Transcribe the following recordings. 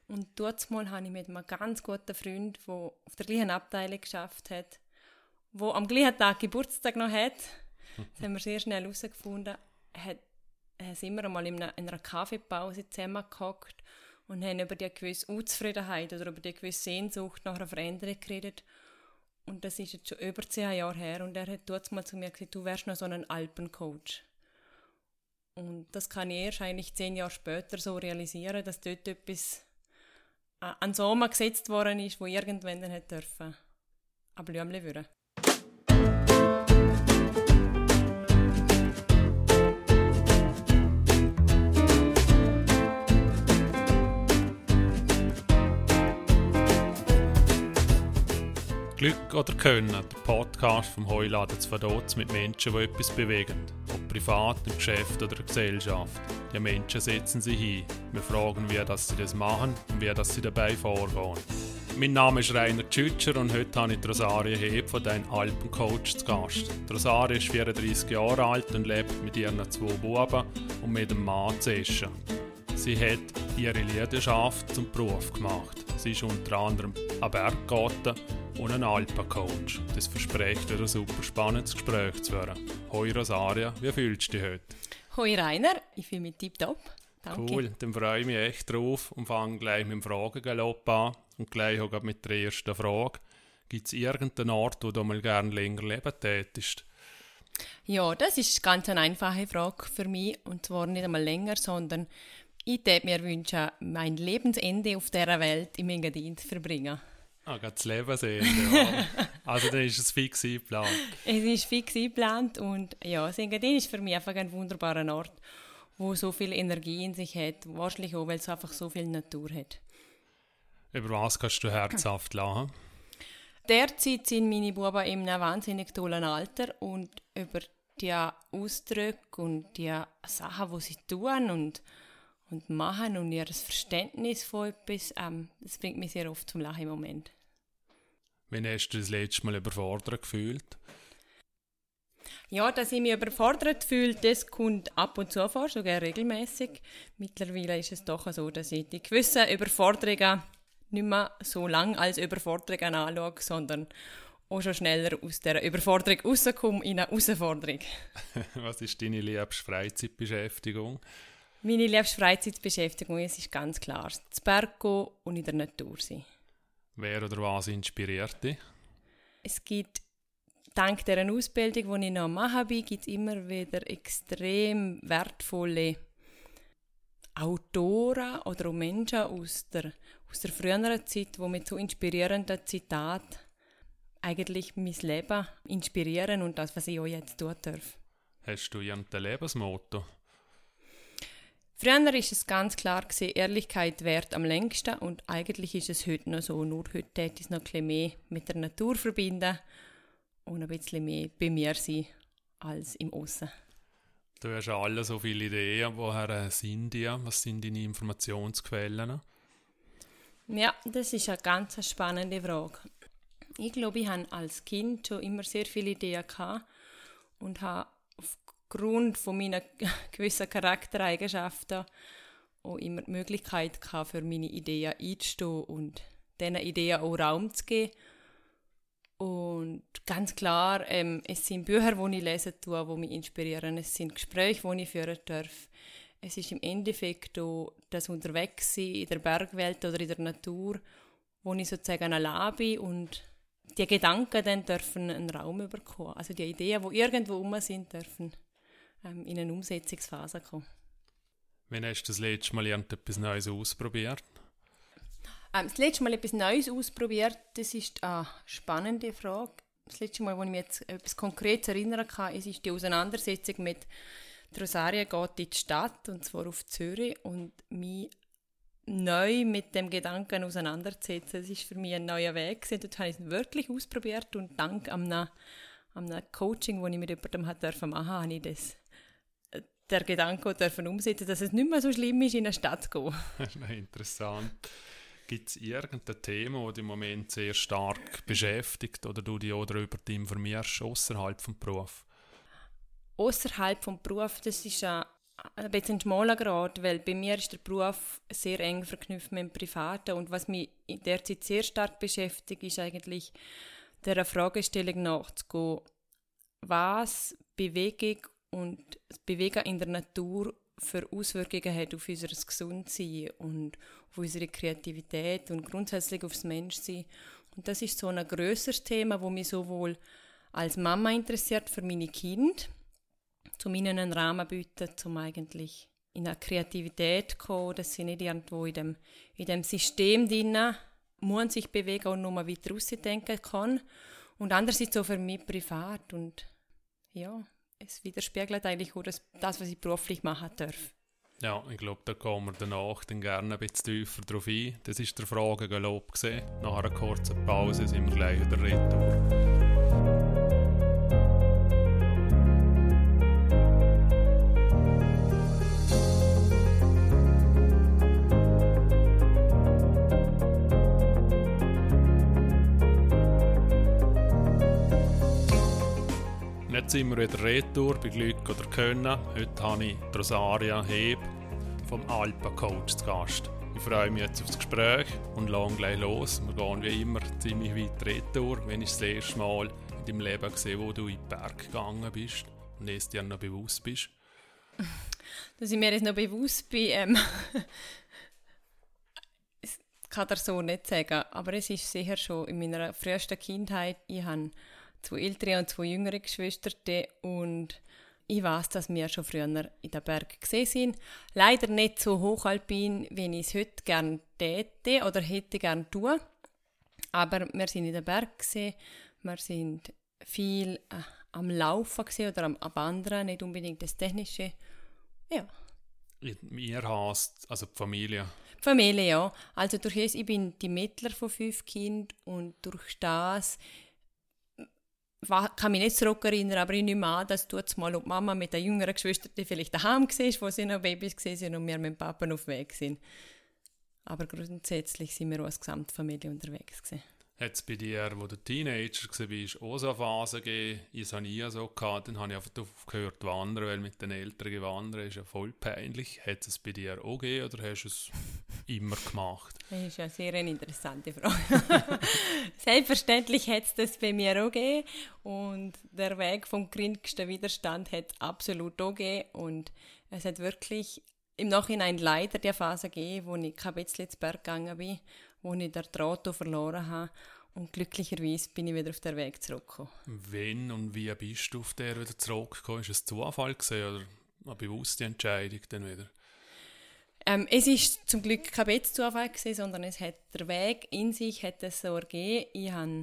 Und dort mal habe ich mit einem ganz guten Freund, der auf der gleichen Abteilung geschafft hat, der am gleichen Tag Geburtstag noch hat. Das haben wir sehr schnell herausgefunden. Sind wir einmal in einer Kaffeepause zusammengehockt und haben über die gewisse Unzufriedenheit oder über die gewisse Sehnsucht nach einer Veränderung geredet. Und das ist jetzt schon über 10 Jahre her. Und er hat dort mal zu mir gesagt, du wärst noch so ein Alpencoach. Und das kann ich erst eigentlich 10 Jahre später so realisieren, dass dort etwas an Sommer gesetzt worden ist, wo irgendwann dann hätte dürfen ein Blümchen würden. Glück oder Können, der Podcast vom Heuladen zu Vaduz mit Menschen, die etwas bewegen. Ob privat, im Geschäft oder in der Gesellschaft. Die Menschen setzen sich hin. Wir fragen, wie das sie das machen und wie das sie dabei vorgehen. Mein Name ist Rainer Tschütscher und heute habe ich Rosaria Heb von den Alpencoach zu Gast. Rosaria ist 34 Jahre alt und lebt mit ihren 2 Buben und mit dem Mann zu Eschen. Sie hat ihre Leidenschaft zum Beruf gemacht. Sie ist unter anderem ein Berggarten und ein Alpencoach. Das verspricht ein super spannendes Gespräch zu werden. Hoi Rosaria, wie fühlst du dich heute? Hoi Rainer, ich fühle mich tipptopp. Danke. Cool, dann freue ich mich echt drauf und fange gleich mit dem Fragengalopp an. Und gleich auch mit der ersten Frage. Gibt es irgendeinen Ort, wo du mal gerne länger leben tätest? Ja, das ist ganz eine einfache Frage für mich. Und zwar nicht einmal länger, sondern ich würde mir wünschen, mein Lebensende auf dieser Welt im Engadin zu verbringen. Gerade das Lebensende, ja. Also dann ist es fix eingeplant. Es ist fix eingeplant und ja, das Engadin ist für mich einfach ein wunderbarer Ort, wo so viel Energie in sich hat, wahrscheinlich auch, weil es einfach so viel Natur hat. Über was kannst du herzhaft lachen? Derzeit sind meine Buben in einem wahnsinnig tollen Alter und über die Ausdrücke und die Sachen, die sie tun und machen und ihr Verständnis von etwas, das bringt mich sehr oft zum Lachen im Moment. Wann hast du das letzte Mal überfordert gefühlt? Ja, dass ich mich überfordert fühle, das kommt ab und zu vor, sogar regelmäßig. Mittlerweile ist es doch so, dass ich die gewissen Überforderungen nicht mehr so lange als Überforderungen anschaue, sondern auch schon schneller aus dieser Überforderung rauskomme in eine Herausforderung. Was ist deine liebste Freizeitbeschäftigung? Meine liebste Freizeitbeschäftigung es ist ganz klar, zu Berg gehen und in der Natur sein. Wer oder was inspiriert dich? Es gibt, dank dieser Ausbildung, die ich noch machen bin, gibt es immer wieder extrem wertvolle Autoren oder auch Menschen aus der früheren Zeit, die mit so inspirierenden Zitaten eigentlich mein Leben inspirieren und das, was ich auch jetzt tun darf. Hast du irgendein Lebensmotto? Früher war es ganz klar, Ehrlichkeit währt am längsten und eigentlich ist es heute noch so. Nur heute hätte ich es noch ein bisschen mehr mit der Natur verbinden und ein bisschen mehr bei mir sein als im Aussen. Du hast alle so viele Ideen. Woher sind die? Was sind deine Informationsquellen? Ja, das ist eine ganz spannende Frage. Ich glaube, ich hatte als Kind schon immer sehr viele Ideen gehabt und habe aufgrund von meiner gewissen Charaktereigenschaften auch immer die Möglichkeit gehabt, für meine Ideen einzustehen und diesen Ideen auch Raum zu geben. Und ganz klar, es sind Bücher, die ich lesen tue, die mich inspirieren. Es sind Gespräche, die ich führen darf. Es ist im Endeffekt auch das Unterwegssein in der Bergwelt oder in der Natur, wo ich sozusagen allein bin und die Gedanken dann dürfen einen Raum bekommen. Also die Ideen, die irgendwo rum sind, dürfen in eine Umsetzungsphase kommen. Wann hast du das letzte Mal etwas Neues ausprobiert? Das letzte Mal etwas Neues ausprobiert, das ist eine spannende Frage. Das letzte Mal, wo ich mich jetzt etwas Konkretes erinnern kann, ist die Auseinandersetzung mit Rosaria geht in die Stadt, und zwar auf Zürich, und mich neu mit dem Gedanken auseinanderzusetzen. Das ist für mich ein neuer Weg gewesen. Dort habe ich es wirklich ausprobiert und dank einem Coaching, das ich mit jemandem machen durfte, habe ich der Gedanke umsetzen, dass es nicht mehr so schlimm ist, in eine Stadt zu gehen. Interessant. Gibt es irgendein Thema, das dich im Moment sehr stark beschäftigt oder du dich auch darüber informierst, außerhalb des Berufs? Außerhalb des Berufs, das ist eine ein bisschen ein schmaler Grad, weil bei mir ist der Beruf sehr eng verknüpft mit dem Privaten und was mich in der Zeit sehr stark beschäftigt, ist eigentlich der Fragestellung nachzugehen, was Bewegung und das Bewegen in der Natur für Auswirkungen hat auf unser Gesundsein und auf unsere Kreativität und grundsätzlich aufs Menschsein. Und das ist so ein grösseres Thema, das mich sowohl als Mama interessiert für meine Kinder, um ihnen einen Rahmen zu bieten, um eigentlich in eine Kreativität zu kommen, dass sie nicht irgendwo in dem System drin muss sich bewegen und nur weiter rausdenken kann. Und andererseits auch für mich privat. Und ja, es widerspiegelt eigentlich auch das, was ich beruflich machen darf. Ja, ich glaube, da kommen wir danach dann gerne ein bisschen tiefer drauf ein. Das ist der Fragengalopp gesehen. Nach einer kurzen Pause sind wir gleich wieder retour. Jetzt sind wir wieder retour bei Glück oder Können. Heute habe ich Rosaria Heb vom Alpencoach zu Gast. Ich freue mich jetzt auf das Gespräch und legen gleich los. Wir gehen wie immer ziemlich weit retour. Wenn ich das erste Mal in deinem Leben gesehen, wo du in den Berg gegangen bist und es dir noch bewusst bist? Dass ich mir jetzt noch bewusst bin, das kann ich so nicht sagen. Aber es ist sicher schon in meiner frühesten Kindheit. Ich habe 2 ältere und 2 jüngere Geschwister und ich weiß, dass wir schon früher in den Bergen gesehen sind. Leider nicht so hochalpin, wie ich es heute gerne täte oder hätte gerne tun. Aber wir sind in den Bergen gesehen, wir sind viel am Laufen gesehen oder am Wandern, nicht unbedingt das Technische. Ja. Ihr hasst, also die Familie? Die Familie, ja. Also durch das, ich bin die Mittler von 5 Kindern und durch das kann mich nicht zurückerinnern, aber ich nehme an, dass dort mal die Mama mit der jüngeren Geschwister vielleicht daheim war, wo sie noch Babys waren und wir mit dem Papa auf dem Weg sind. Aber grundsätzlich sind wir als Gesamtfamilie unterwegs gewesen. Hat es bei dir, wo du Teenager warst, auch so eine Phase gegeben? Ich habe nie so gehabt, dann habe ich einfach aufgehört zu wandern, weil mit den Eltern gewandert ist ja voll peinlich. Hat es bei dir auch gegeben oder hast du es immer gemacht? Das ist eine sehr interessante Frage. Selbstverständlich hat es das bei mir auch gegeben und der Weg vom geringsten Widerstand hat es absolut auch gegeben und es hat wirklich im Nachhinein leider die Phase gegeben, wo ich kein bisschen zu Berg gegangen bin, wo ich den Draht verloren habe und glücklicherweise bin ich wieder auf den Weg zurückgekommen. Wann und wie bist du auf der wieder zurückgekommen? Ist es Zufall gewesen oder eine bewusste Entscheidung dann wieder? Es ist zum Glück kein Zufall gewesen, sondern es hat der Weg in sich hat es so ergeben.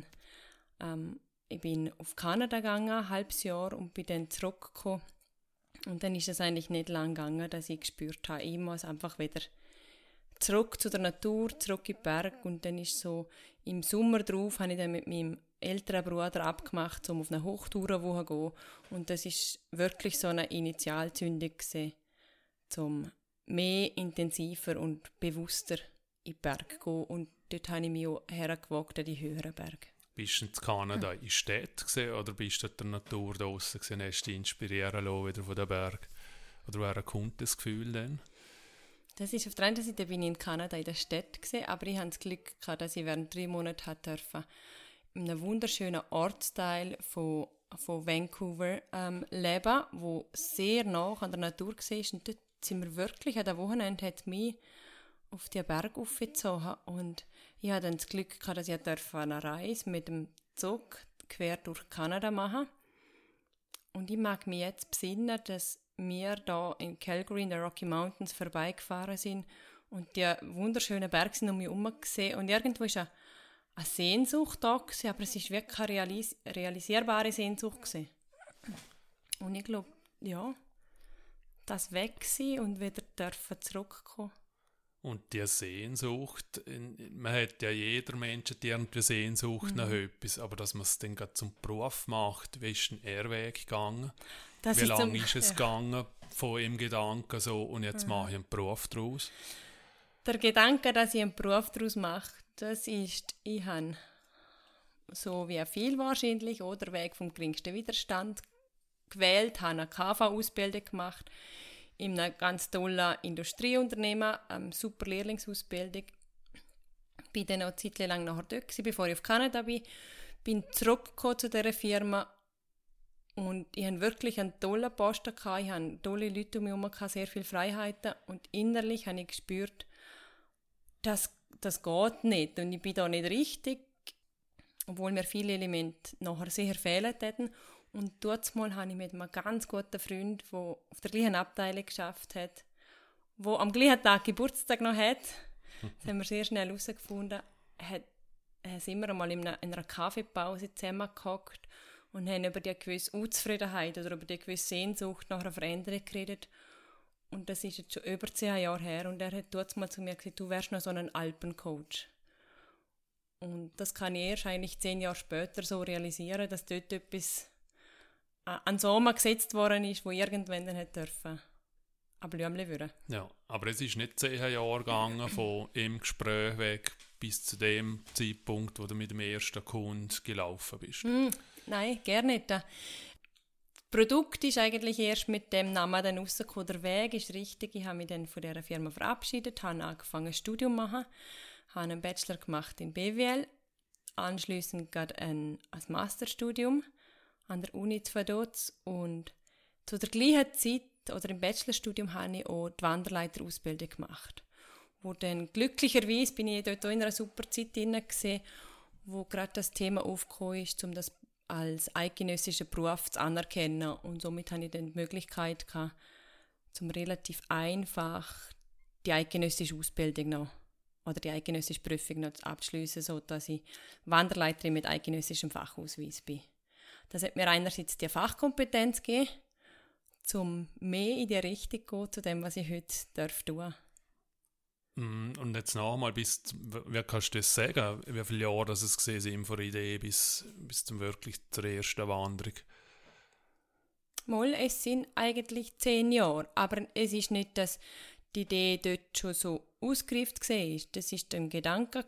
Ich bin auf Kanada gegangen, ein halbes Jahr und bin dann zurückgekommen. Und dann ist es eigentlich nicht lang gegangen, dass ich gespürt habe, ich muss einfach wieder zurück zu der Natur, zurück in den Berg. Und dann ist so, im Sommer drauf, habe ich dann mit meinem älteren Bruder abgemacht, um auf eine Hochtourenwoche zu gehen. Und das ist wirklich so eine Initialzündung gewesen, um mehr intensiver und bewusster in den Berg zu gehen. Und dort habe ich mich auch hergewagt an die höheren Berge. Bist du in Kanada in Städten gesehen oder bist du in der Natur draussen gesehen? Hast du dich inspirieren lassen wieder von den Bergen? Oder woher kommt das Gefühl denn? Das ist auf der einen Seite bin ich in Kanada in der Stadt gesehen, aber ich hatte das Glück gehabt, dass ich während 3 Monaten durfte in einem wunderschönen Ortsteil von Vancouver leben, wo sehr nah an der Natur war. Und dort sind wir wirklich, an der Wochenende hat mich auf die Berge aufgezogen und ich hatte dann das Glück gehabt, dass ich eine Reise mit dem Zug quer durch Kanada machen. Und ich mag mich jetzt besinnen, dass wir da in Calgary in den Rocky Mountains vorbeigefahren sind und die wunderschönen Berge sind um mich herum gesehen. Und irgendwo war eine Sehnsucht da gewesen, aber es war wirklich eine realisierbare Sehnsucht gewesen. Und ich glaube, ja, das weg sein und wieder dürfen zurückkommen. Und die Sehnsucht, man hat ja jeder Mensch irgendwie Sehnsucht nach etwas, aber dass man es dann gerade zum Beruf macht, wie ist denn der Weg gegangen? Wie lange ist es gegangen von dem Gedanken so, und jetzt mache ich einen Beruf daraus? Der Gedanke, dass ich einen Beruf daraus mache, das ist, ich habe so wie viel wahrscheinlich oder Weg vom geringsten Widerstand gewählt, habe eine KV-Ausbildung gemacht. in einem ganz tollen Industrieunternehmen, super Lehrlingsausbildung. Bin dann auch eine Zeit lang nachher dort gewesen, bevor ich auf Kanada bin. Bin zurückgekommen zu dieser Firma und ich hatte wirklich einen tollen Posten gehabt. Ich hatte tolle Leute um mich herum, sehr viele Freiheiten und innerlich habe ich gespürt, das geht nicht und ich bin da nicht richtig, obwohl mir viele Elemente nachher sehr fehlen hätten. Und dort mal habe ich mit einem ganz guten Freund, der auf der gleichen Abteilung geschafft hat, der am gleichen Tag Geburtstag noch hat, das haben wir sehr schnell herausgefunden, sind wir einmal in einer Kaffeepause zusammengehockt und haben über die gewisse Unzufriedenheit oder über die gewisse Sehnsucht nach einer Veränderung geredet. Und das ist jetzt schon über 10 Jahre her und er hat dort mal zu mir gesagt, du wärst noch so ein Alpencoach. Und das kann ich erst eigentlich 10 Jahre später so realisieren, dass dort etwas an Sommer gesetzt worden ist, wo irgendwann dann hätte dürfen ein Blümchen würden. Ja, aber es ist nicht 10 Jahre gegangen von im Gespräch weg bis zu dem Zeitpunkt, wo du mit dem ersten Kunden gelaufen bist. Nein, gerne nicht. Das Produkt ist eigentlich erst mit dem Namen dann rausgekommen. Der Weg ist richtig. Ich habe mich dann von dieser Firma verabschiedet, habe angefangen ein Studium zu machen, habe einen Bachelor gemacht in BWL, anschliessend gerade ein Masterstudium an der Uni zu Vaduz und zu der gleichen Zeit oder im Bachelorstudium habe ich auch die Wanderleiterausbildung gemacht. Wo dann glücklicherweise bin ich dort auch in einer super Zeit drin gewesen, wo gerade das Thema aufgekommen ist, um das als eidgenössischen Beruf zu anerkennen. Und somit hatte ich dann die Möglichkeit gehabt, zum relativ einfach die eidgenössische Ausbildung noch oder die eidgenössische Prüfung noch abzuschliessen, sodass ich Wanderleiterin mit eidgenössischem Fachausweis bin. Das hat mir einerseits die Fachkompetenz gegeben, um mehr in die Richtung zu gehen, zu dem, was ich heute tun darf. Und jetzt nochmal, wie kannst du das sagen, wie viele Jahre das es gesehen sind von der Idee bis zum wirklich zur ersten Wanderung? Mal, es sind eigentlich 10 Jahre, aber es ist nicht, dass die Idee dort schon so ausgereift war. Das war ein Gedanke,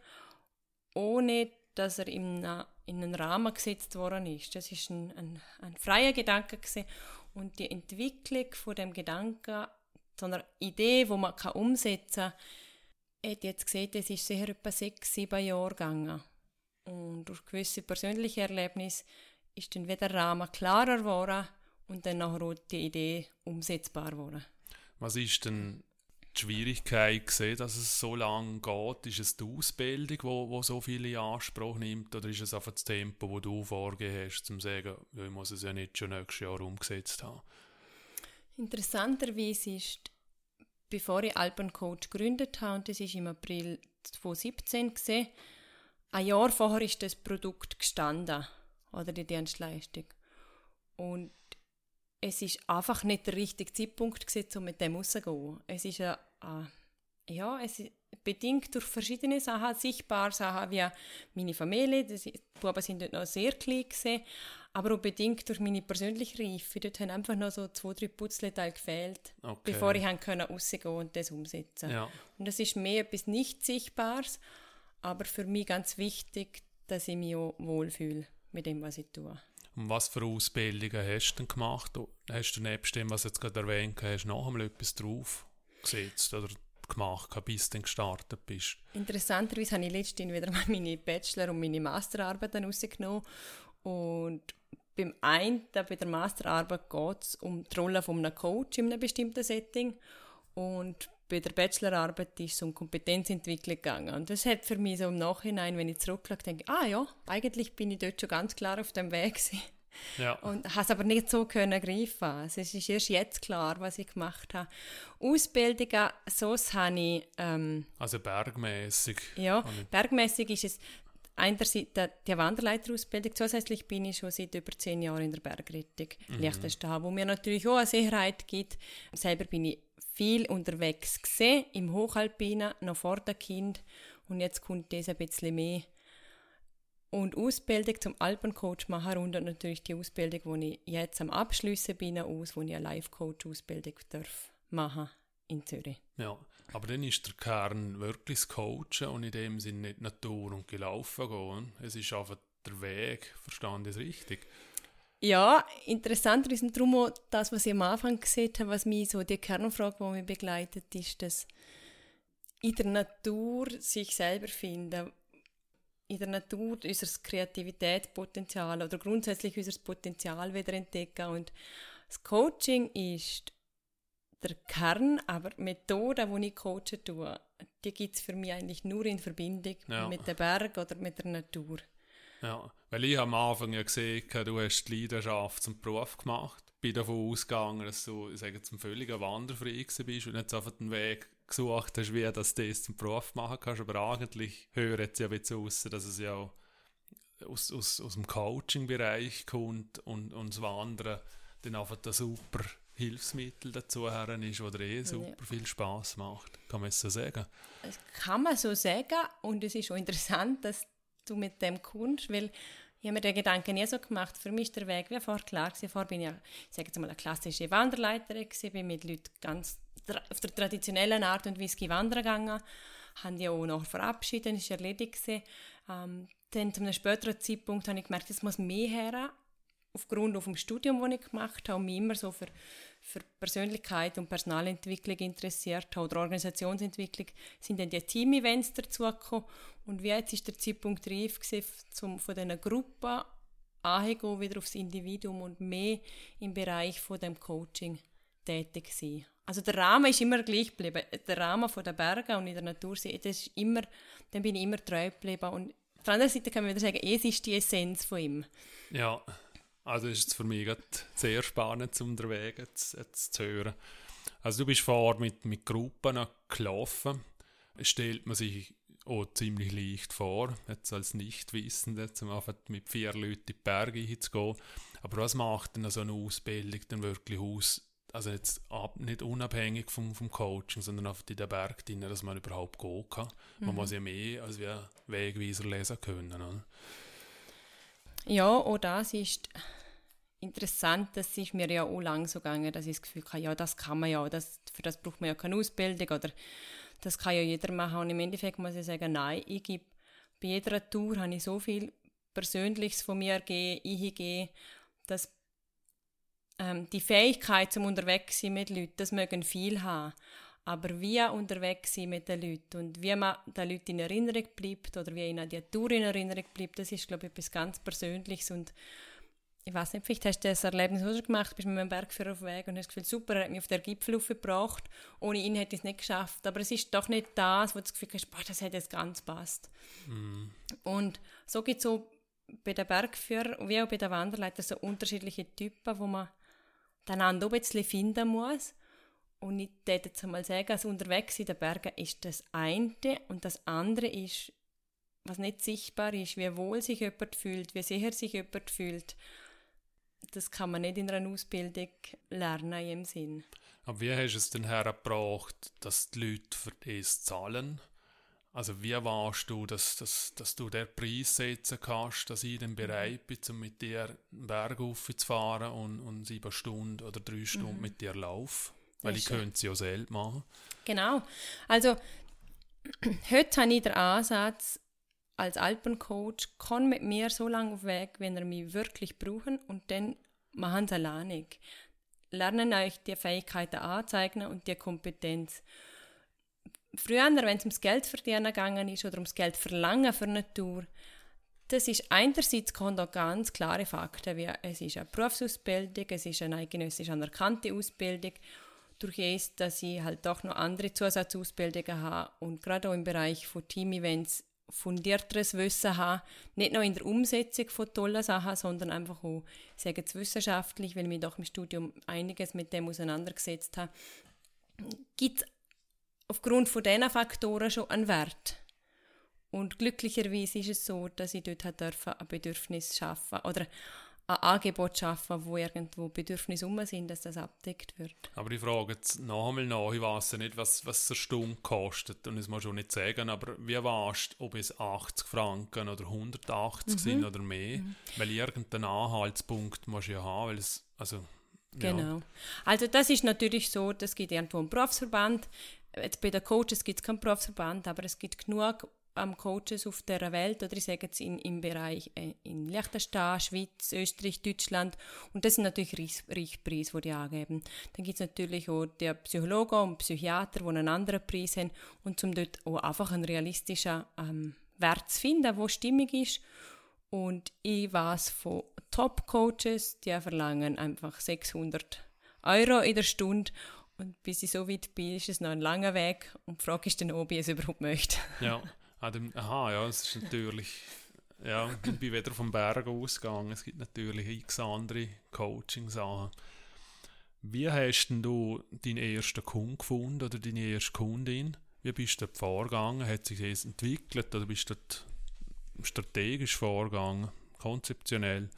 ohne dass er in einen Rahmen gesetzt worden ist. Das war ein freier Gedanke und die Entwicklung von dem Gedanken, so einer Idee, die man umsetzen kann, hat jetzt gesehen, es ist sicher etwa 6-7 Jahre gegangen. Und durch gewisse persönliche Erlebnisse ist dann wieder der Rahmen klarer geworden und dann nachher auch die Idee umsetzbar geworden. Was ist denn die Schwierigkeit gesehen, dass es so lange geht? Ist es die Ausbildung, wo so viele in Anspruch nimmt, oder ist es einfach das Tempo, das du vorgegeben hast, um zu sagen, ich muss es ja nicht schon nächstes Jahr umgesetzt haben? Interessanterweise ist, bevor ich Alpencoach gegründet habe, und das war im April 2017, ein Jahr vorher ist das Produkt gestanden, oder die Dienstleistung. Und es war einfach nicht der richtige Zeitpunkt gewesen, um mit dem rauszugehen. Es ist es ist bedingt durch verschiedene Sachen, sichtbare Sachen wie meine Familie, die Buben sind dort noch sehr klein gewesen, aber auch bedingt durch meine persönliche Reife. Dort haben einfach noch so 2-3 Putzleteile gefehlt, bevor ich rausgehen und das umsetzen. Ja. Und das ist mehr etwas nicht Sichtbares, aber für mich ganz wichtig, dass ich mich auch wohlfühle mit dem, was ich tue. Und was für Ausbildungen hast du denn gemacht? Hast du nebst dem, was du jetzt gerade erwähnt hast, noch einmal etwas drauf gesetzt oder gemacht, bis du gestartet bist? Interessanterweise habe ich letztens wieder mal meine Bachelor- und meine Masterarbeit rausgenommen. Und beim einen, bei der Masterarbeit, geht es um die Rolle von einem Coach in einem bestimmten Setting. Und bei der Bachelorarbeit ist es um Kompetenzentwicklung gegangen. Und das hat für mich so im Nachhinein, wenn ich zurückschaue, denke ich, eigentlich bin ich dort schon ganz klar auf dem Weg gewesen. Ja. Und habe es aber nicht so können greifen. Also es ist erst jetzt klar, was ich gemacht habe. Ausbildungen, so habe ich... also bergmässig. Ja, bergmässig ist es einerseits die Wanderleiterausbildung. Zusätzlich bin ich schon seit über 10 Jahren in der Bergrettung Liechtenstein, wo mir natürlich auch eine Sicherheit gibt. Selber bin ich viel unterwegs gewesen, im Hochalpinen, noch vor dem Kind. Und jetzt kommt das ein bisschen mehr. Und Ausbildung zum Alpencoach machen rundet natürlich die Ausbildung, die ich jetzt am Abschliessen bin, aus, wo ich eine Life-Coach-Ausbildung machen in Zürich. Ja, aber dann ist der Kern wirklich das Coachen und in dem Sinne nicht Natur und gelaufen gehen. Es ist einfach der Weg, verstanden ist richtig? Ja, interessant ist darum auch das, was ich am Anfang gesehen habe, was mich so die Kernfrage, die mich begleitet, ist, dass in der Natur sich selber finden, in der Natur unser Kreativitätspotenzial oder grundsätzlich unser Potenzial wieder entdecken. Und das Coaching ist der Kern, aber die Methode, die ich coachen tue, die gibt es für mich eigentlich nur in Verbindung mit den Bergen oder mit der Natur. Ja, weil ich am Anfang ja gesehen habe, du hast die Leidenschaft zum Beruf gemacht. Ich bin davon ausgegangen, dass du, ich sage jetzt, ein völliger Wanderfrei bist und nicht einfach den Weg gesucht hast, wie du das zum Beruf machen kannst. Aber eigentlich höre jetzt ja ein bisschen raus, dass es ja auch aus dem Coaching-Bereich kommt und das Wandern dann einfach ein super Hilfsmittel dazu ist, das super viel Spass macht. Kann man es so sagen? Das kann man so sagen und es ist auch interessant, dass du mit dem kommst, weil ich habe mir den Gedanken nie so gemacht. Für mich ist der Weg wie vorher klar gewesen. Vorher bin ich, ich sage jetzt mal, eine klassische Wanderleiterin gewesen, bin mit Leuten ganz auf der traditionellen Art und Weise wandern gegangen, haben die auch noch verabschiedet, ist erledigt gewesen. Dann zu einem späteren Zeitpunkt habe ich gemerkt, es muss mehr her, aufgrund vom Studium, das ich gemacht habe und mich immer so für Persönlichkeit und Personalentwicklung interessiert habe oder Organisationsentwicklung, sind dann die Team-Events dazugekommen. Und wie jetzt ist der Zeitpunkt reif gewesen, von diesen Gruppen anzugehen, wieder aufs Individuum und mehr im Bereich von dem Coaching tätig sein. Also der Rahmen ist immer gleich geblieben. Der Rahmen von den Bergen und in der Natur, das ist immer, dann bin ich immer treu geblieben. Und auf der anderen Seite kann man wieder sagen, es ist die Essenz von ihm. Ja, also ist es für mich sehr spannend, um den Weg jetzt zu hören. Also du bist vorher mit Gruppen gelaufen. Stellt man sich auch ziemlich leicht vor, jetzt als Nichtwissender, um einfach mit 4 Leuten in die Berge hinzugehen. Aber was macht denn so eine Ausbildung dann wirklich aus? Also jetzt nicht unabhängig vom Coaching, sondern einfach in den Berg drin, dass man überhaupt gehen kann. Man muss ja mehr als wie Wegweiser lesen können. Oder? Ja, auch das ist interessant. Das ist mir ja auch lang so gegangen, dass ich das Gefühl habe, ja, das kann man ja, für das braucht man ja keine Ausbildung oder das kann ja jeder machen. Und im Endeffekt muss ich sagen, nein, bei jeder Tour habe ich so viel Persönliches von mir eingegeben, dass die Fähigkeit zum unterwegs sein mit Leuten, das mögen viel haben. Aber wie unterwegs sein mit den Leuten und wie man den Leuten in Erinnerung bleibt oder wie ihnen die Tour in Erinnerung bleibt, das ist, glaube ich, etwas ganz Persönliches. Und ich weiß nicht, vielleicht hast du das Erlebnis auch schon gemacht, bist mit einem Bergführer auf dem Weg und hast das Gefühl, super, er hat mich auf den Gipfel aufgebracht, ohne ihn hätte ich es nicht geschafft. Aber es ist doch nicht das, wo du das Gefühl hast, boah, das hat jetzt ganz gepasst. Und so gibt es so bei den Bergführern wie auch bei den Wanderleitern so unterschiedliche Typen, wo man einander auch ein bisschen finden muss. Und ich würde jetzt einmal sagen, also unterwegs in den Bergen ist das eine und das andere ist, was nicht sichtbar ist, wie wohl sich jemand fühlt, wie sicher sich jemand fühlt. Das kann man nicht in einer Ausbildung lernen in dem Sinn. Aber wie hast du es denn hergebracht, dass die Leute für das zahlen? Also wie warst du, dass du den Preis setzen kannst, dass ich dann bereit bin, um mit dir einen Berg raufzufahren und 7 Stunden oder 3 Stunden mit dir laufen? Weil ich könnte es ja selbst machen. Genau. Also heute habe ich den Ansatz, als Alpencoach kann mit mir so lange auf Weg, wenn ihr mich wirklich brauchen und dann machen sie alleinig. Lernen euch die Fähigkeiten anzeigen und die Kompetenz. Früher, wenn es ums Geld verdienen gegangen ist oder ums Geld verlangen für eine Tour, das ist einerseits kommen da ganz klare Fakten, wie es ist eine Berufsausbildung, es ist eine eidgenössisch anerkannte Ausbildung, durch es, dass ich halt doch noch andere Zusatzausbildungen habe und gerade auch im Bereich von Team-Events fundierteres Wissen habe, nicht nur in der Umsetzung von tollen Sachen, sondern einfach auch, ich sage jetzt wissenschaftlich, weil ich mich doch im Studium einiges mit dem auseinandergesetzt habe, gibt es aufgrund von diesen Faktoren schon einen Wert. Und glücklicherweise ist es so, dass ich dort ein Bedürfnis schaffen oder ein Angebot schaffen, wo irgendwo Bedürfnisse sind, dass das abgedeckt wird. Aber ich frage jetzt noch einmal nach, ich weiss ja nicht, was eine Stunde kostet und das muss schon nicht sagen, aber wie weißt du, ob es 80 Franken oder 180 sind oder mehr? Weil irgendeinen Anhaltspunkt musst du ja haben, weil es, also... Genau. Ja. Also das ist natürlich so, es gibt irgendwo einen Berufsverband, jetzt bei den Coaches gibt es keinen Berufsverband, aber es gibt genug Coaches auf der Welt, oder ich sage jetzt im Bereich in Liechtenstein, Schweiz, Österreich, Deutschland, und das sind natürlich Richtpreise, die die angeben. Dann gibt es natürlich auch die Psychologen und Psychiater, die einen anderen Preis haben, und um dort auch einfach einen realistischen Wert zu finden, der stimmig ist. Und ich weiß von Top-Coaches, die verlangen einfach 600 € in der Stunde. Und bis ich so weit bin, ist es noch ein langer Weg. Und die Frage ist dann, ob ich es überhaupt möchte. Ja, es ist natürlich... Ja, ich bin wieder vom Berg ausgegangen. Es gibt natürlich x andere Coaching-Sachen. Wie hast denn du deinen ersten Kunden gefunden oder deine erste Kundin? Wie bist du dort vorgegangen? Hat sich das entwickelt oder bist du dort strategisch vorgegangen? Konzeptionell?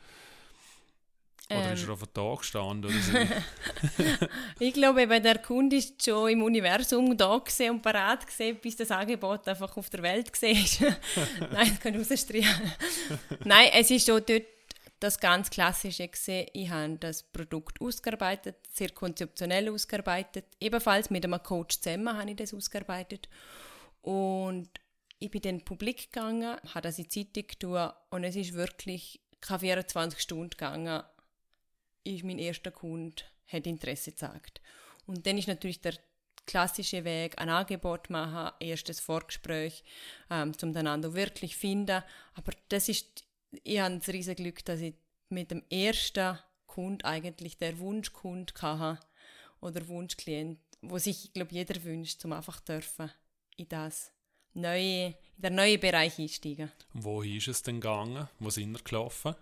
Oder ist er auf den Tag gestanden? Oder so? Ich glaube, der Kunde ist schon im Universum da und parat gesehen, bis das Angebot einfach auf der Welt war. Nein, das kann ich rausstreichen. Nein, es ist schon dort das ganz Klassische gesehen. Ich habe das Produkt ausgearbeitet, sehr konzeptionell ausgearbeitet. Ebenfalls mit einem Coach zusammen habe ich das ausgearbeitet. Und ich bin dann publik gegangen, habe das in die Zeitung getan und es ist wirklich keine 24 Stunden gegangen, ist mein erster Kunde, hat Interesse gezeigt. Und dann ist natürlich der klassische Weg, ein Angebot machen, erstes Vorgespräch, um einander wirklich zu finden. Aber ich habe das riesige Glück, dass ich mit dem ersten Kunden eigentlich der Wunschkunde hatte oder Wunschklient, wo sich, ich glaube, jeder wünscht, um einfach dürfen in den neuen Bereich einsteigen. Wo ist es denn gegangen? Wo sind wir gelaufen?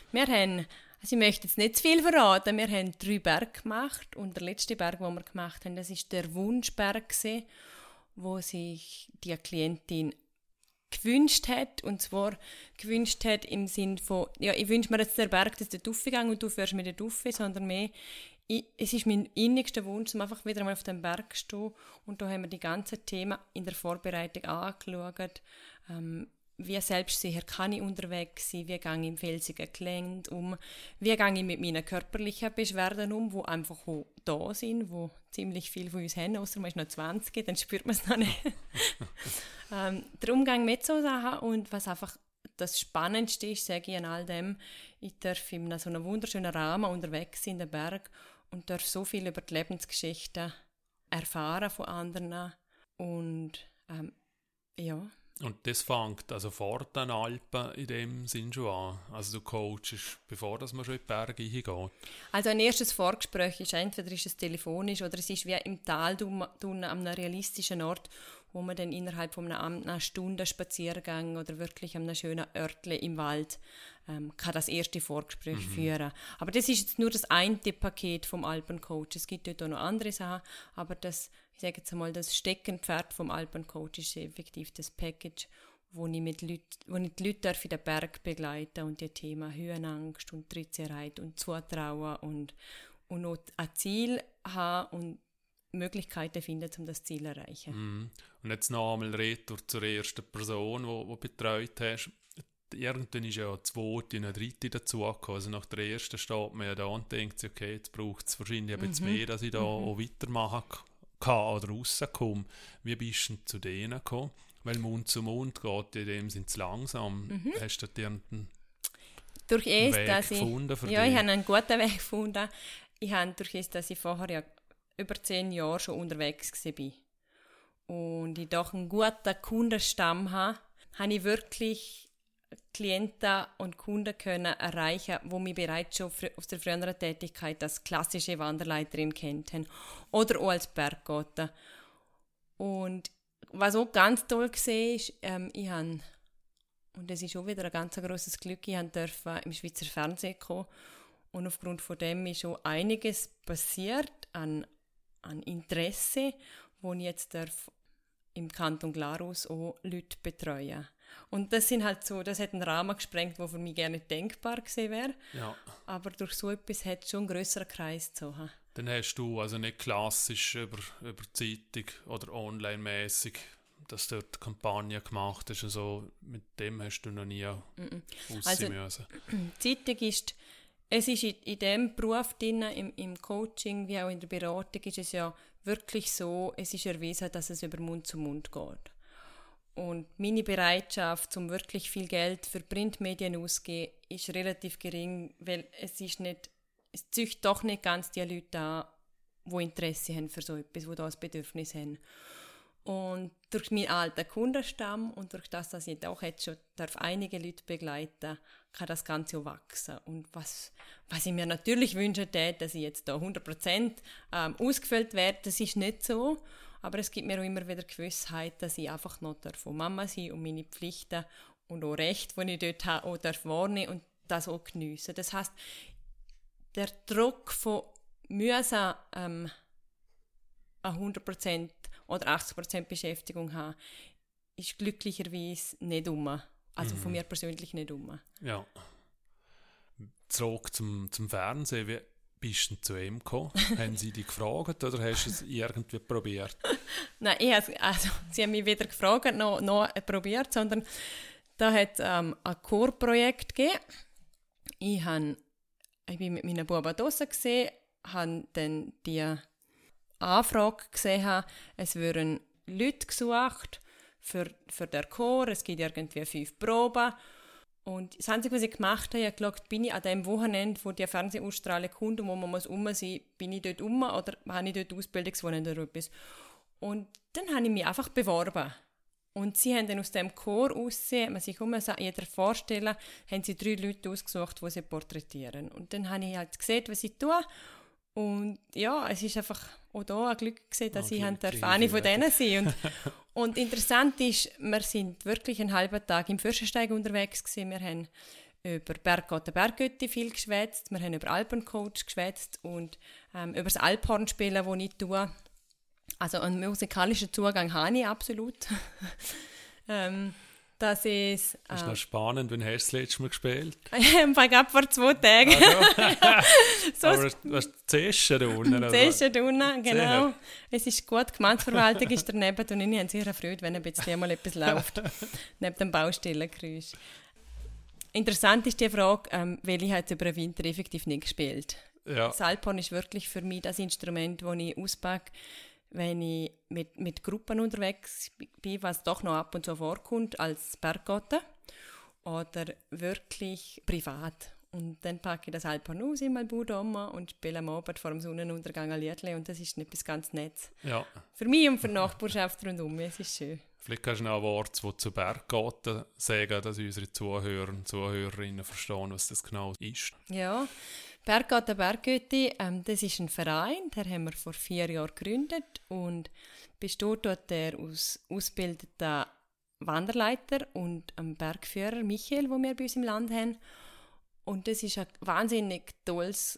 Ich möchte jetzt nicht zu viel verraten, wir haben 3 Berge gemacht und der letzte Berg, den wir gemacht haben, das war der Wunschberg, wo sich die Klientin gewünscht hat, und zwar gewünscht hat im Sinne von, ja, ich wünsche mir jetzt den Berg, dass der raufgegangen und du fährst mit der Rauf, sondern mehr, es ist mein innigster Wunsch, um einfach wieder einmal auf dem Berg zu stehen, und da haben wir die ganzen Themen in der Vorbereitung angeschaut, wie selbstsicher kann ich unterwegs sein, wie gehe ich im felsigen Gelände um, wie gehe ich mit meinen körperlichen Beschwerden um, die einfach auch da sind, wo ziemlich viel von uns haben, außer man ist noch 20, dann spürt man es noch nicht. Der Umgang mit so Sachen, und was einfach das Spannendste ist, sage ich an all dem, ich darf in so einem wunderschönen Rahmen unterwegs sein in den Berg und darf so viel über die Lebensgeschichten erfahren von anderen, und ja. Und das fängt also vor den Alpen in dem Sinn schon an? Also du coachst, bevor dass man schon in die Berge hingeht? Also ein erstes Vorgespräch ist entweder es telefonisch oder es ist wie im Tal an einem realistischen Ort, wo man dann innerhalb von einer Stunde Spaziergang oder wirklich an einem schönen Örtchen im Wald kann das erste Vorgespräch führen. Aber das ist jetzt nur das eine Paket vom Alpencoach. Es gibt dort auch noch andere Sachen, aber ich sage jetzt einmal, das Steckenpferd vom Alpencoach ist effektiv das Package, wo ich die Leute in den Berg begleite und die Themen Höhenangst und Trittsicherheit und Zutrauen und auch ein Ziel haben und Möglichkeiten finden, um das Ziel zu erreichen. Und jetzt noch einmal retour zur ersten Person, die du betreut hast. Irgendwann ist ja eine zweite und eine dritte dazugekommen. Also nach der ersten steht man ja da und denkt, okay, jetzt braucht es wahrscheinlich ein bisschen mehr, dass ich da auch weitermachen kann oder rauskomme. Wie bist du zu denen gekommen? Weil Mund zu Mund geht in dem Sinne zu langsam. Hast du irgendeinen Weg gefunden für dich? Ja, ich habe einen guten Weg gefunden. Ich habe dass ich vorher ja über 10 Jahre schon unterwegs war und ich doch einen guten Kundenstamm habe ich wirklich Klienten und Kunden können erreichen, die mich bereits schon aus der früheren Tätigkeit als klassische Wanderleiterin kennt haben oder auch als Berggötter. Und was auch ganz toll war, ist, ich habe, und das ist auch wieder ein ganz grosses Glück, ich durfte im Schweizer Fernsehen kommen, und aufgrund von dem ist schon einiges passiert an Interesse, wo ich jetzt im Kanton Glarus auch Leute betreuen. Und das sind halt so, das hat einen Rahmen gesprengt, der für mich gerne nicht denkbar gewesen wäre. Ja. Aber durch so etwas hat es schon einen grösseren Kreis gezogen. Dann hast du also nicht klassisch über Zeitung oder online-mäßig, dass du dort Kampagne gemacht hast. Also mit dem hast du noch nie aussehen müssen. Zeitung ist, es ist in diesem Beruf drin, im Coaching wie auch in der Beratung, ist es ja wirklich so, es ist erwiesen, dass es über Mund zu Mund geht. Und meine Bereitschaft, um wirklich viel Geld für Printmedien auszugeben, ist relativ gering, weil es zieht doch nicht ganz die Leute an, die Interesse haben für so etwas, die da ein Bedürfnis haben. Und durch meinen alten Kundenstamm und durch das, dass ich auch jetzt schon einige Leute begleiten, kann das Ganze auch wachsen. Und was ich mir natürlich wünsche, dass ich jetzt da 100% ausgefüllt werde, das ist nicht so. Aber es gibt mir auch immer wieder Gewissheit, dass ich einfach noch von Mama sein und meine Pflichten und auch Rechte, die ich dort habe, auch wahrnehmen und das auch geniessen. Das heisst, der Druck von mühsam 100% oder 80% Beschäftigung haben, ist glücklicherweise nicht um. Also von mir persönlich nicht um. Ja. Zurück zum Fernsehen. Wie bist du zu ihm gekommen? Haben sie dich gefragt oder hast du es irgendwie probiert? Nein, sie haben mich weder gefragt noch probiert, sondern da hat es ein Chorprojekt gegeben. Ich bin mit meinen Buben draussen gesehen, habe dann die Anfrage gesehen, es würden Leute gesucht für den Chor, es gibt irgendwie 5 Proben. Und das Einzige, was ich gemacht habe, ich geschaut, bin ich an dem Wochenende, wo die Fernsehausstrahlung kommt und wo man muss sein muss, bin ich dort oder habe ich dort Ausbildungswochenende oder etwas. Und dann habe ich mich einfach beworben. Und sie haben dann aus dem Chor aussehen, man sich jeder vorstellen, haben sie 3 Leute ausgesucht, die sie porträtieren. Und dann habe ich halt gesehen, was ich tue. Und ja, es ist einfach auch da ein Glück gewesen, dass ich eine von denen sein. Und interessant ist, wir sind wirklich einen halben Tag im Fürstensteig unterwegs gewesen. Wir haben über Berggott und Berggötti viel geschwätzt, wir haben über Alpencoach geschwätzt und über das Alphornspielen, das ich tue. Also einen musikalischen Zugang habe ich absolut. Das ist noch spannend, wann hast du das letzte Mal gespielt? Ich habe vor 2 Tagen. So aber was Zeschen da unten? Zeschen da unten, genau. Es ist gut, die Gemeindeverwaltung ist daneben und ich habe sicher Freude, wenn ein bisschen mal etwas läuft, neben dem Baustellengeräusch. Interessant ist die Frage, weil ich jetzt über den Winter effektiv nicht gespielt. Ja. Das Alphorn ist wirklich für mich das Instrument, das ich auspacke, wenn ich mit Gruppen unterwegs bin, was doch noch ab und zu vorkommt, als Berggotte oder wirklich privat. Und dann packe ich das Alphorn aus in mein Bauch und spiele am Abend vor dem Sonnenuntergang ein Liedchen und das ist etwas ganz Nettes. Ja. Für mich und für die Nachbarschaft rundum, es ist schön. Vielleicht kannst du noch ein Wort zu Berggotte sagen, dass unsere Zuhörer und Zuhörerinnen verstehen, was das genau ist. Ja, Berggott und Berggötti, das ist ein Verein, den haben wir vor 4 Jahren gegründet und besteht dort der aus ausgebildeten Wanderleiter und einem Bergführer Michael, den wir bei uns im Land haben. Und das ist ein wahnsinnig tolles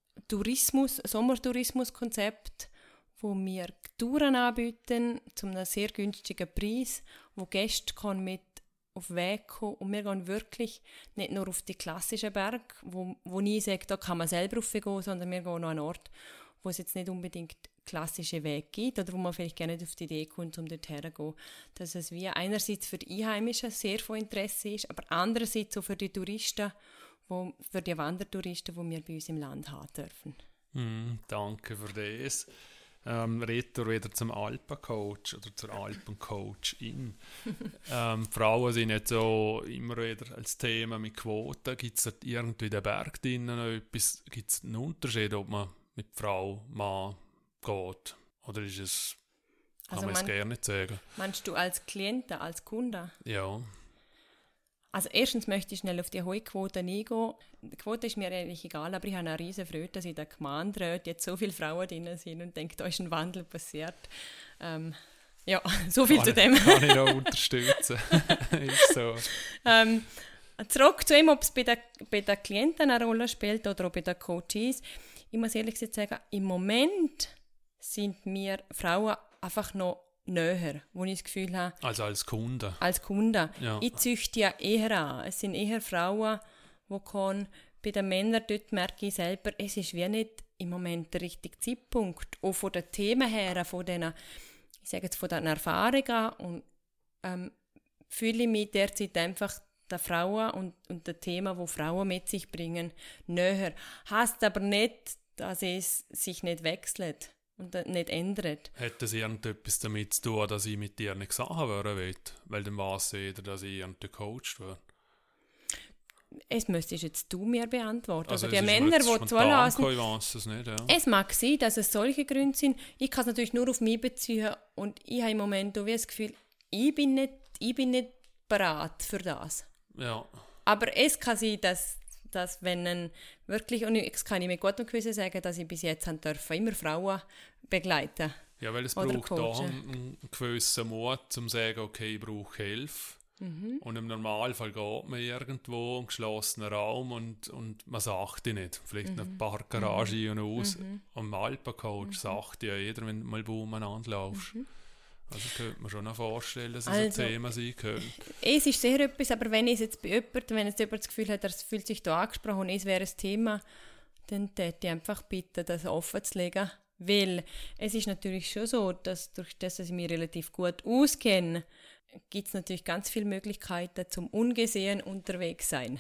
Sommertourismuskonzept, wo wir Touren anbieten zu einem sehr günstigen Preis, wo Gäste mit auf den Weg kommen. Und wir gehen wirklich nicht nur auf die klassischen Berge, wo ich sage, da kann man selber raufgehen, sondern wir gehen an einen Ort, wo es jetzt nicht unbedingt klassische Wege gibt oder wo man vielleicht gerne nicht auf die Idee kommt, um dort herzugehen. Dass es wie einerseits für die Einheimischen sehr von Interesse ist, aber andererseits auch für die Touristen, für die Wandertouristen, die wir bei uns im Land haben dürfen. Danke für das. Retour wieder zum Alpencoach oder zur Alpencoachin. Frauen sind nicht so immer wieder als Thema mit Quoten. Gibt es irgendwie in den Berg drinnen noch etwas? Gibt es einen Unterschied, ob man mit Frau, Mann geht? Oder ist es, kann man es gerne nicht sagen? Meinst du als Klientin, als Kunde? Ja. Also erstens möchte ich schnell auf die Heuquote eingehen. Die Quote ist mir eigentlich egal, aber ich habe eine riesen Freude, dass in der Gemeinderat jetzt so viele Frauen drin sind und denke, da ist ein Wandel passiert. Ja, so viel zu dem. Kann ich auch unterstützen. Ist so. Zurück zu dem, ob es bei der Klienten eine Rolle spielt oder auch bei den Coaches. Ich muss ehrlich gesagt sagen, im Moment sind mir Frauen einfach noch näher, wo ich das Gefühl habe... Also als Kunde? Als Kunde. Ja. Ich züchte ja eher an. Es sind eher Frauen, die kommen. Bei den Männern dort merke ich selber, es ist wie nicht im Moment der richtige Zeitpunkt. Auch von den Themen her, von den, ich sage jetzt, von den Erfahrungen und fühle ich mich derzeit einfach den Frauen und den Themen, die Frauen mit sich bringen, näher. Heißt aber nicht, dass es sich nicht wechselt. und das nicht ändert. Hat das irgendetwas damit zu tun, dass ich mit dir nicht Sachen hören will? Weil dann weiss jeder, dass ich irgendwie gecoacht werde. Es müsstest jetzt du mir beantworten. Also die Männer, die zulassen, ich weiss es nicht, ja. Es mag sein, dass es solche Gründe sind. Ich kann es natürlich nur auf mich beziehen und ich habe im Moment auch wie das Gefühl, ich bin nicht bereit für das. Ja. Aber es kann sein, dass wenn wirklich, und das kann ich mit gutem Gewissen sagen, dass ich bis jetzt immer Frauen begleiten. Ja, weil es oder braucht auch coachen. einen gewissen Mut, um zu sagen, okay, ich brauche Hilfe. Und im Normalfall geht man irgendwo in einen geschlossenen Raum und man sagt die nicht. Vielleicht ein paar Garage und aus. Und im Alpencoach sagt ja jeder, wenn du mal umeinander laufst. Also könnte man schon noch vorstellen, dass es ein Thema sein könnte. Es ist sehr etwas, aber wenn es jetzt bei wenn jetzt jemand das Gefühl hat, er fühlt sich da angesprochen und es wäre ein Thema, dann würde ich einfach bitten, das offen zu legen. Weil es ist natürlich schon so, dass durch das, dass ich mich relativ gut auskenne, gibt es natürlich ganz viele Möglichkeiten zum ungesehen unterwegs sein.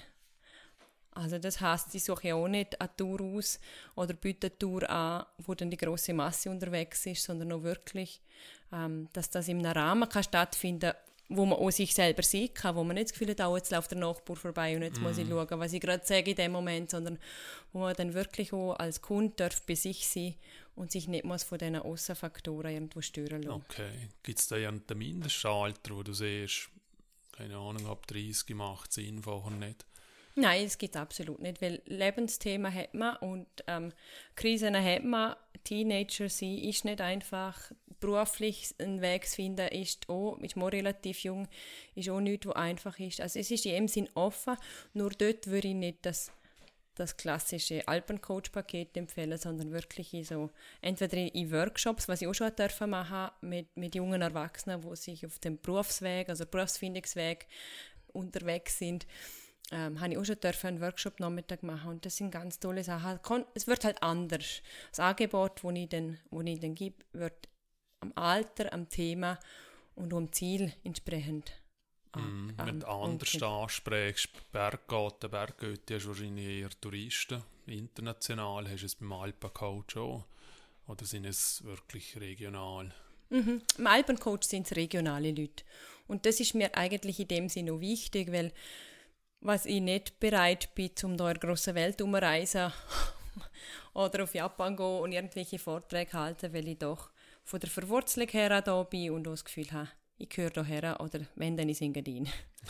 Also das heisst, ich suche ja auch nicht eine Tour aus oder biete eine Tour an, wo dann die grosse Masse unterwegs ist, sondern auch wirklich, dass das in einem Rahmen kann stattfinden kann, wo man auch sich selber sehen kann, wo man nicht das Gefühl hat, jetzt läuft der Nachbar vorbei und jetzt muss ich schauen, was ich gerade sage in dem Moment, sondern wo man dann wirklich auch als Kunde darf bei sich sein und sich nicht muss von diesen Aussenfaktoren irgendwo stören lassen. Okay. Gibt es da irgendein Mindestalter, wo du siehst, keine Ahnung, ab 30 macht es Sinn, vorher nicht? Nein, es gibt absolut nicht, weil Lebensthemen hat man und Krisen hat man. Teenager sein ist nicht einfach, beruflich einen Weg zu finden ist man relativ jung, ist auch nichts, was einfach ist. Also es ist in dem Sinn offen, nur dort würde ich nicht das klassische Alpencoach-Paket empfehlen, sondern wirklich entweder in Workshops, was ich auch schon machen durfte, mit jungen Erwachsenen, die sich auf dem Berufsweg, also Berufsfindungsweg unterwegs sind, habe ich auch schon einen Workshop-Nachmittag machen und das sind ganz tolle Sachen. Es wird halt anders. Das Angebot, das ich dann gebe, wird am Alter, am Thema und am Ziel entsprechend wenn du anders ansprichst, Berggötti hast du wahrscheinlich eher Touristen, international, hast du es beim Alpencoach auch, oder sind es wirklich regional? Im Alpencoach sind es regionale Leute und das ist mir eigentlich in dem Sinne auch wichtig, weil was ich nicht bereit bin, um da in der grossen Welt umzureisen oder auf Japan gehen und irgendwelche Vorträge halten, weil ich doch von der Verwurzelung her da bin und auch das Gefühl habe, ich gehöre da her oder wenn, dann in Engadin.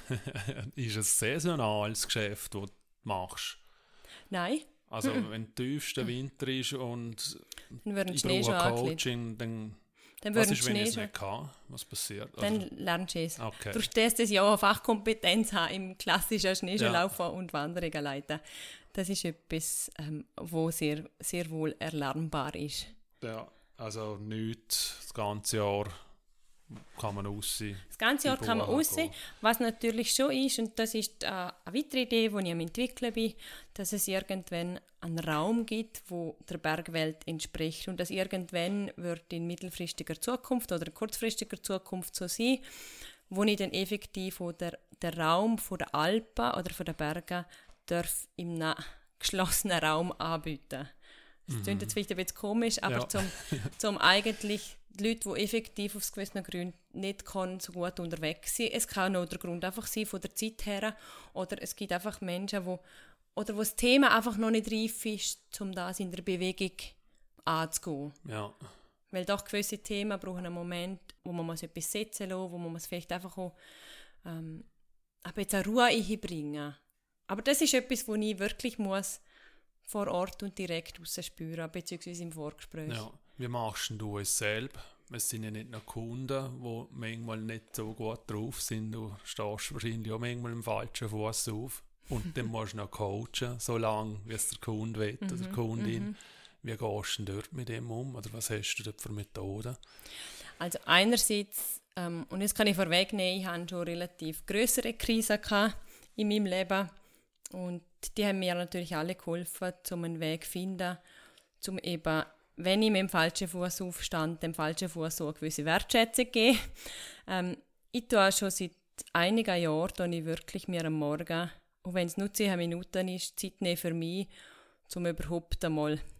Ist es ein saisonales Geschäft, das du machst? Nein. Also wenn tiefster Winter ist und dann würden ich Schnee brauche schon Coaching, dann was ist, wenn Schnee ich es nicht kann? Was passiert? Dann lernst du es. Okay. Du musst das ja auch eine Fachkompetenz haben im klassischen Schneeschuhlaufen und Wanderungen leiten. Das ist etwas, wo sehr, sehr wohl erlernbar ist. Ja, also nichts, das ganze Jahr kann man aussehen. Das ganze Jahr kann man aussehen. Was natürlich schon ist, und das ist eine weitere Idee, die ich am entwickeln bin, dass es irgendwann einen Raum gibt, wo der Bergwelt entspricht. Und das irgendwann wird in mittelfristiger Zukunft oder kurzfristiger Zukunft so sein, wo ich dann effektiv der Raum von der Alpen oder von den Bergen darf im geschlossenen Raum anbieten. Das klingt jetzt vielleicht ein bisschen komisch, aber zum eigentlich die Leute, die effektiv aus gewissen Gründen nicht so gut unterwegs sind. Es kann auch der Grund einfach sein von der Zeit her oder es gibt einfach Menschen, wo das Thema einfach noch nicht reif ist, um das in der Bewegung anzugehen. Ja. Weil doch gewisse Themen brauchen einen Moment, wo man etwas setzen lassen, wo man vielleicht einfach auch jetzt eine Ruhe einbringen muss. Aber das ist etwas, wo ich wirklich muss vor Ort und direkt rausspüren, beziehungsweise im Vorgespräch. Ja. Wie machst du es selbst? Es sind ja nicht nur Kunden, die manchmal nicht so gut drauf sind. Du stehst wahrscheinlich auch manchmal im falschen Fuß auf. Und dann musst du noch coachen, so lange, wie es der Kunde will oder die Kundin. Wie gehst du dort mit dem um? Oder was hast du dort für Methoden? Also einerseits, und das kann ich vorwegnehmen, ich hatte schon relativ grössere Krisen in meinem Leben. Und die haben mir natürlich alle geholfen, um einen Weg zu finden, um eben, wenn ich mit dem falschen Fuß aufstand, dem falschen Fuß so eine gewisse Wertschätzung geben. Ich tue schon seit einigen Jahren ich wirklich mir am Morgen, auch wenn es nur 10 Minuten ist, Zeit nehmen für mich, um überhaupt einmal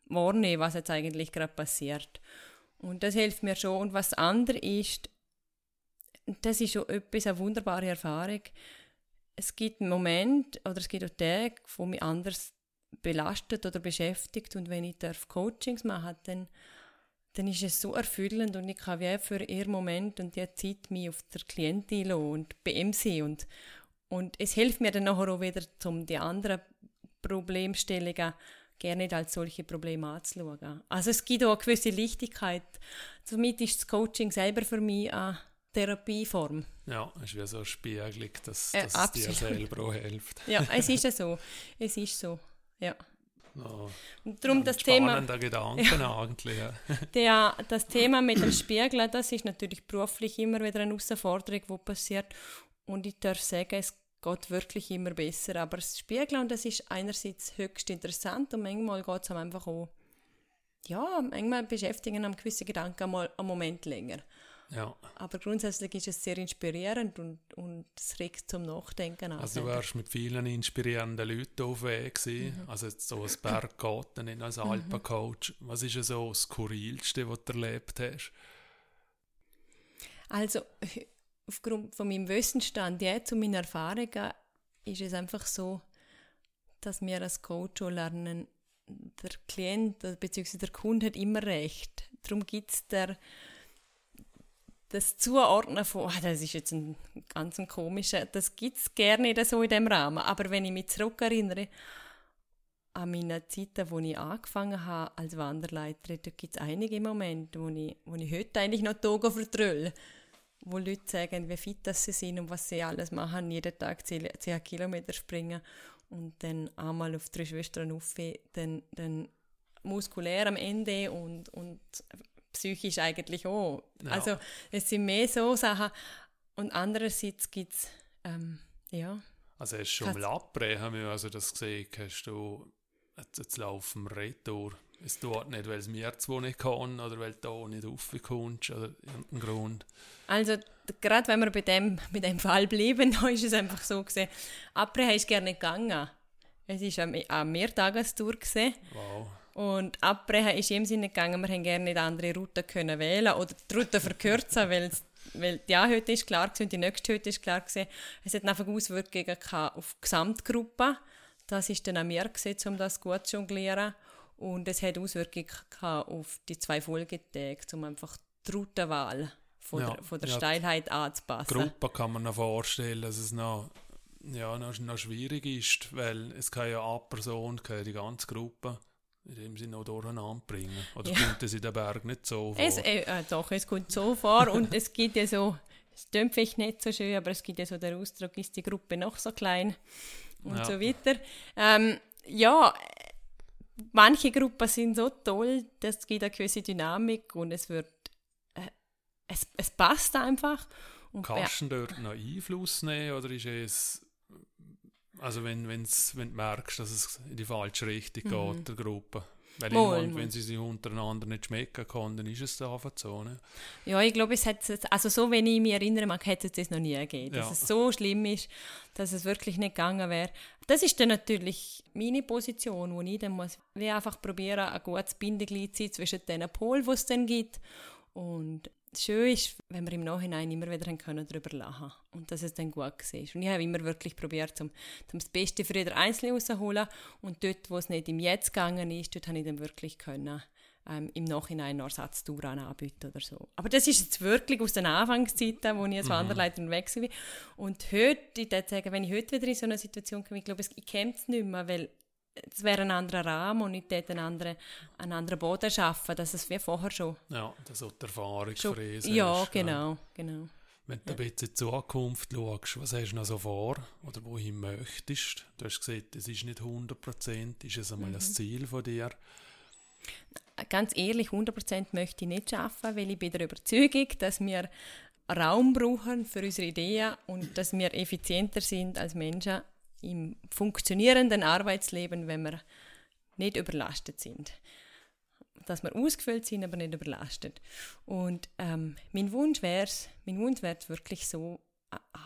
wahrnehmen, was jetzt eigentlich gerade passiert. Und das hilft mir schon. Und was andere ist, das ist schon eine wunderbare Erfahrung. Es gibt einen Moment oder es gibt auch Tage, wo mich anders belastet oder beschäftigt. Und wenn ich Coachings machen darf, dann ist es so erfüllend und ich kann wie für ihren Moment und die Zeit mich auf der Klientin lassen und bei ihm sein. Und es hilft mir dann nachher auch wieder, um die anderen Problemstellungen gerne nicht als solche Probleme anzuschauen. Also es gibt auch eine gewisse Leichtigkeit. Somit ist das Coaching selber für mich eine Therapieform. Ja, es ist wie so eine Spiegelung, dass es dir selber auch hilft. Ja, es ist ja so. Es ist so, ja. Ja, und darum das spannender Gedanken eigentlich. Das Thema mit dem Spiegeln, das ist natürlich beruflich immer wieder eine Herausforderung, die passiert. Und ich darf sagen, es geht wirklich immer besser. Aber das Spiegeln, das ist einerseits höchst interessant und manchmal geht es einfach auch, ja, manchmal beschäftigen einem gewisse Gedanken einmal einen Moment länger. Ja. Aber grundsätzlich ist es sehr inspirierend und es regt zum Nachdenken an. Also du warst mit vielen inspirierenden Leuten auf Weg gewesen. Also jetzt so als Berggott, nicht als Alpencoach. Was ist so das Skurrilste, was du erlebt hast? Also aufgrund von meinem Wissensstand jetzt und meinen Erfahrungen ist es einfach so, dass wir als Coach auch lernen, der Klient bzw. der Kunde hat immer recht. Darum gibt es das Zuordnen von, das ist jetzt ein ganz komischer, das gibt es gerne nicht so in diesem Rahmen. Aber wenn ich mich zurückerinnere an meine Zeiten, wo ich angefangen habe als Wanderleiterin, da gibt es einige Momente, wo ich heute eigentlich noch die Augen vertrölle, wo Leute sagen, wie fit sie sind und was sie alles machen, jeden Tag 10 Kilometer springen und dann einmal auf 3 Schwestern rauf, dann muskulär am Ende und psychisch eigentlich auch. Ja. Also es sind mehr so Sachen und andererseits gibt es, ja. Also hast du schon mal abbrechen müssen, also das gesehen, hast du, jetzt laufen wir retour, es tut nicht, weil es mir zwei nicht kann oder weil du da nicht raufkommst oder irgendein Grund? Also gerade wenn wir bei dem Fall bleiben, da ist es einfach so gesehen, abbrechen ist gerne nicht gegangen. Es war eine Mehrtagestour gewesen. Wow. Und abbrechen ist in dem Sinne gegangen, wir haben gerne nicht andere Routen können wählen oder die Route verkürzen, weil die Hütte ist klar gewesen und die nächste Hütte ist klar gewesen. Es hat einfach Auswirkungen auf die Gesamtgruppe. Das war dann an mir gewesen, um das gut zu jonglieren. Und es hat Auswirkungen auf die 2 Folgetage, um einfach die Routenwahl von der Steilheit anzupassen. Die Gruppe kann man sich vorstellen, dass es noch schwierig ist, weil es kann ja eine Person, die ganze Gruppe in dem Sinne auch durcheinander bringen. Oder kommt es in den Berg nicht so vor? Doch, es kommt so vor und es gibt ja so, es klingt vielleicht nicht so schön, aber es gibt ja so den Ausdruck, ist die Gruppe noch so klein und so weiter. Manche Gruppen sind so toll, dass es gibt eine gewisse Dynamik und es passt einfach. Und kannst du dort noch Einfluss nehmen oder ist es, also wenn du merkst, dass es in die falsche Richtung geht, der Gruppe? Weil wenn sie sich untereinander nicht schmecken kann, dann ist es da einfach so, ne? Ja, ich glaube, es hat, also so, wenn ich mich erinnere, hätte es das noch nie gegeben. Dass es so schlimm ist, dass es wirklich nicht gegangen wäre. Das ist dann natürlich meine Position, wo ich dann muss einfach probieren, ein gutes Bindeglied zu sein zwischen den Polen, die es dann gibt. Und schön ist, wenn wir im Nachhinein immer wieder darüber lachen und dass es dann gut war. Und ich habe immer wirklich probiert, um das Beste für jeder Einzelne rauszuholen. Und dort, wo es nicht im Jetzt gegangen ist, dort habe ich dann wirklich können, im Nachhinein noch Ersatztouren anbieten oder so. Aber das ist jetzt wirklich aus den Anfangszeiten, wo ich als Wanderleiterin weg war. Und heute, ich würde sagen, wenn ich heute wieder in so einer Situation komme, ich glaube, ich käme es nicht mehr, weil es wäre ein anderer Rahmen und ich würde einen anderen Boden schaffen, dass es wie vorher schon. Ja, das ist die Erfahrung fräsen. Ja, genau. Wenn du ein bisschen in die Zukunft schaust, was hast du noch so vor oder wohin möchtest? Du hast gesagt, es ist nicht 100%. Ist es einmal das Ziel von dir? Ganz ehrlich, 100% möchte ich nicht schaffen, weil ich bin der Überzeugung, dass wir Raum brauchen für unsere Ideen und dass wir effizienter sind als Menschen im funktionierenden Arbeitsleben, wenn wir nicht überlastet sind. Dass wir ausgefüllt sind, aber nicht überlastet. Und mein Wunsch wäre es wirklich so,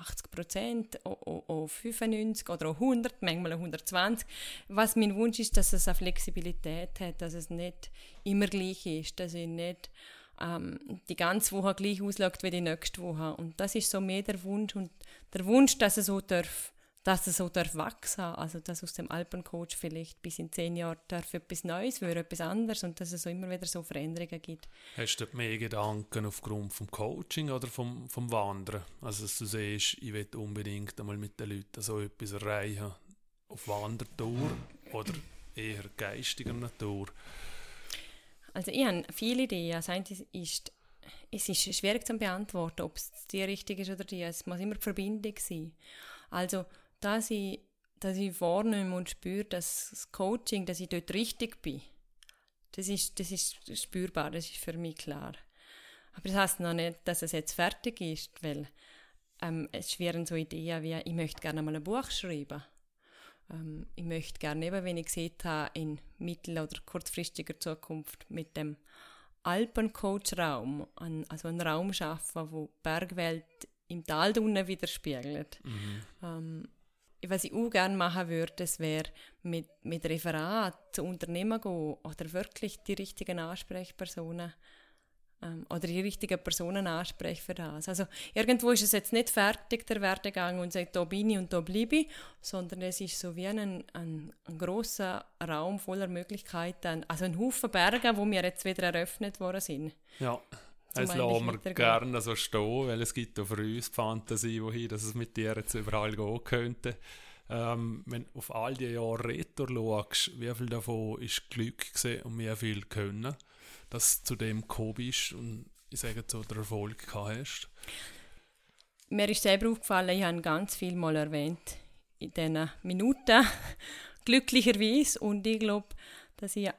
80%, auch 95% oder auch 100%, manchmal auch 120%. Was mein Wunsch ist, dass es eine Flexibilität hat, dass es nicht immer gleich ist, dass ich nicht die ganze Woche gleich ausschaut wie die nächste Woche. Und das ist so mehr der Wunsch. Und der Wunsch, dass es so darf wachsen, also dass aus dem Alpencoach vielleicht bis in 10 Jahren darf etwas Neues werden, etwas anderes und dass es so immer wieder so Veränderungen gibt. Hast du mehr Gedanken aufgrund vom Coaching oder vom Wandern? Also dass du siehst, ich will unbedingt einmal mit den Leuten so etwas erreichen, auf Wandertour oder eher geistiger Natur? Also ich habe viele Ideen. Also es ist schwierig zu beantworten, ob es die richtige ist oder die. Es muss immer die Verbindung sein. Also dass ich wahrnehme und spüre, dass das Coaching, dass ich dort richtig bin, das ist spürbar, das ist für mich klar. Aber das heisst noch nicht, dass es jetzt fertig ist, weil es schwirren so Ideen wie, ich möchte gerne mal ein Buch schreiben. Ich möchte gerne, eben, wenn ich gesehen habe, in mittel- oder kurzfristiger Zukunft mit dem Alpencoach-Raum, also einen Raum schaffen, wo die Bergwelt im Tal unten widerspiegelt. Was ich auch gerne machen würde, das wäre mit Referat zu Unternehmen gehen oder wirklich die richtigen Ansprechpersonen oder die richtigen Personen ansprechen für das. Also irgendwo ist es jetzt nicht fertig, der Werdegang, und sagt, da bin ich und da bleibe ich, sondern es ist so wie ein grosser Raum voller Möglichkeiten, also ein Haufen Berge, die mir jetzt wieder eröffnet worden sind. Ja. Das lassen wir gerne so stehen, weil es gibt auch für uns die Fantasie, wohin, dass es mit dir jetzt überall gehen könnte. Wenn du auf all die Jahre retour schaust, wie viel davon ist Glück gewesen und wie viel Können, dass du zu dem gekommen bist und ich sage so, den Erfolg gehabt hast? Mir ist selber aufgefallen, ich habe ganz viel mal erwähnt in diesen Minuten, glücklicherweise, und ich glaube, dass ich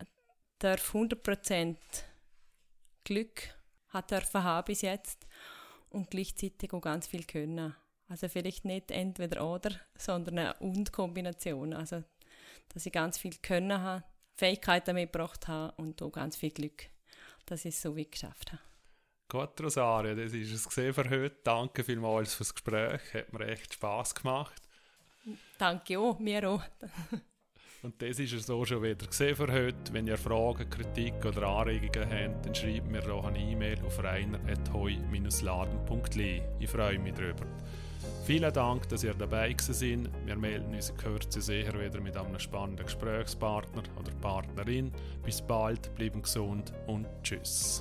100% Glück dürfen haben bis jetzt und gleichzeitig auch ganz viel können. Also vielleicht nicht entweder oder, sondern eine Und-Kombination. Also, dass ich ganz viel Können habe, Fähigkeiten mitgebracht habe und auch ganz viel Glück, dass ich es so weit geschafft habe. Gut, Rosario, das ist es gesehen für heute. Danke vielmals fürs Gespräch, hat mir echt Spass gemacht. Danke auch, mir auch. Und das ist es auch schon wieder gesehen für heute. Wenn ihr Fragen, Kritik oder Anregungen habt, dann schreibt mir doch eine E-Mail auf reiner@heu-laden.li. Ich freue mich darüber. Vielen Dank, dass ihr dabei gewesen seid. Wir melden uns in Kürze sicher wieder mit einem spannenden Gesprächspartner oder Partnerin. Bis bald, bleiben gesund und tschüss.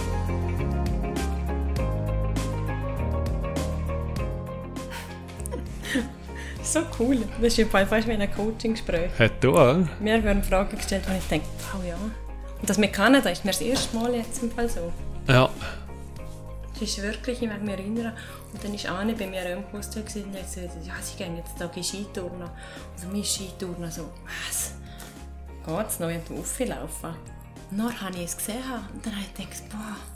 So cool. Das ist im Fall fast wie ein Coaching-Gespräch. Hat du auch? Mir werden Fragen gestellt, wo ich denke, wow, ja. Und das mit Kanada ist mir das erste Mal jetzt im Fall so. Ja. Das ist wirklich, ich mag mich erinnern. Und dann war Anne bei mir im Hostel und hat gesagt, ja, sie gehen jetzt da Skiturnen. Und für mich ist Skiturnen so, was? Geht's noch irgendwo auflaufen? Und dann habe ich es gesehen und dann habe ich gedacht, boah,